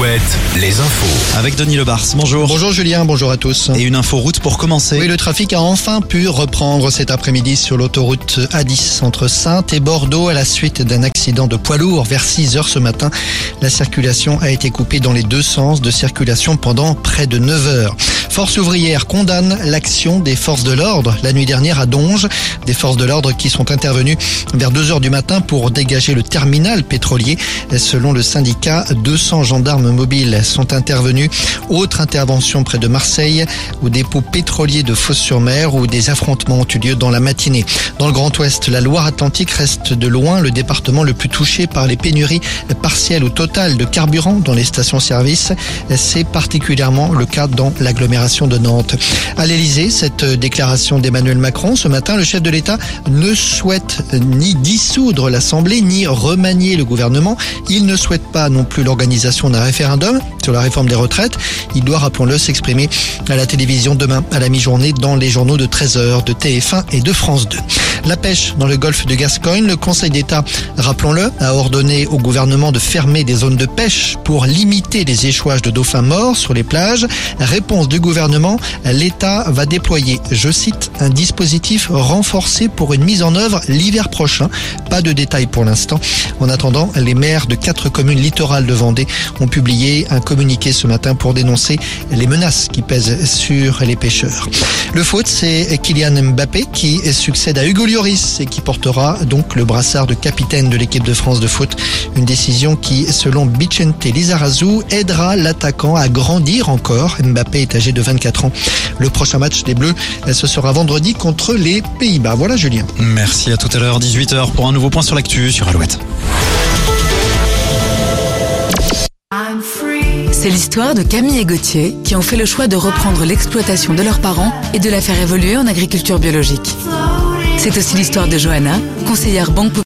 Alouette, les infos. Avec Denis Lebars, bonjour. Bonjour Julien, bonjour à tous. Et une info route pour commencer. Oui, le trafic a enfin pu reprendre cet après-midi sur l'autoroute A10 entre Saintes et Bordeaux à la suite d'un accident de poids lourd vers 6h ce matin. La circulation a été coupée dans les deux sens de circulation pendant près de 9 heures. Force ouvrière condamne l'action des forces de l'ordre. La nuit dernière à Donge, des forces de l'ordre qui sont intervenues vers 2h du matin pour dégager le terminal pétrolier. Selon le syndicat, 200 gendarmes mobiles sont intervenus. Autre intervention près de Marseille, au dépôt pétrolier de Fos-sur-Mer où des affrontements ont eu lieu dans la matinée. Dans le Grand Ouest, la Loire-Atlantique reste de loin le département le plus touché par les pénuries partielles ou totales de carburant dans les stations-service. C'est particulièrement le cas dans l'agglomération de Nantes. À l'Elysée, cette déclaration d'Emmanuel Macron, ce matin, le chef de l'État ne souhaite ni dissoudre l'Assemblée, ni remanier le gouvernement. Il ne souhaite pas non plus l'organisation d'un référendum sur la réforme des retraites. Il doit, rappelons-le, s'exprimer à la télévision demain à la mi-journée dans les journaux de 13h de TF1 et de France 2. La pêche dans le golfe de Gascogne, le Conseil d'État, rappelons-le, a ordonné au gouvernement de fermer des zones de pêche pour limiter les échouages de dauphins morts sur les plages. Réponse du gouvernement, l'État va déployer, je cite, un dispositif renforcé pour une mise en œuvre l'hiver prochain. Pas de détails pour l'instant. En attendant, les maires de 4 communes littorales de Vendée ont publié un communiqué ce matin pour dénoncer les menaces qui pèsent sur les pêcheurs. Le foot, c'est Kylian Mbappé qui succède à Hugo Lloris et qui portera donc le brassard de capitaine de l'équipe de France de foot. Une décision qui, selon Vicente Lizarazu, aidera l'attaquant à grandir encore. Mbappé est âgé de 24 ans. Le prochain match des Bleus, ce sera vendredi contre les Pays-Bas. Voilà Julien. Merci, à tout à l'heure, 18h pour un nouveau point sur l'actu sur Alouette. C'est l'histoire de Camille et Gauthier qui ont fait le choix de reprendre l'exploitation de leurs parents et de la faire évoluer en agriculture biologique. C'est aussi l'histoire de Johanna, conseillère banque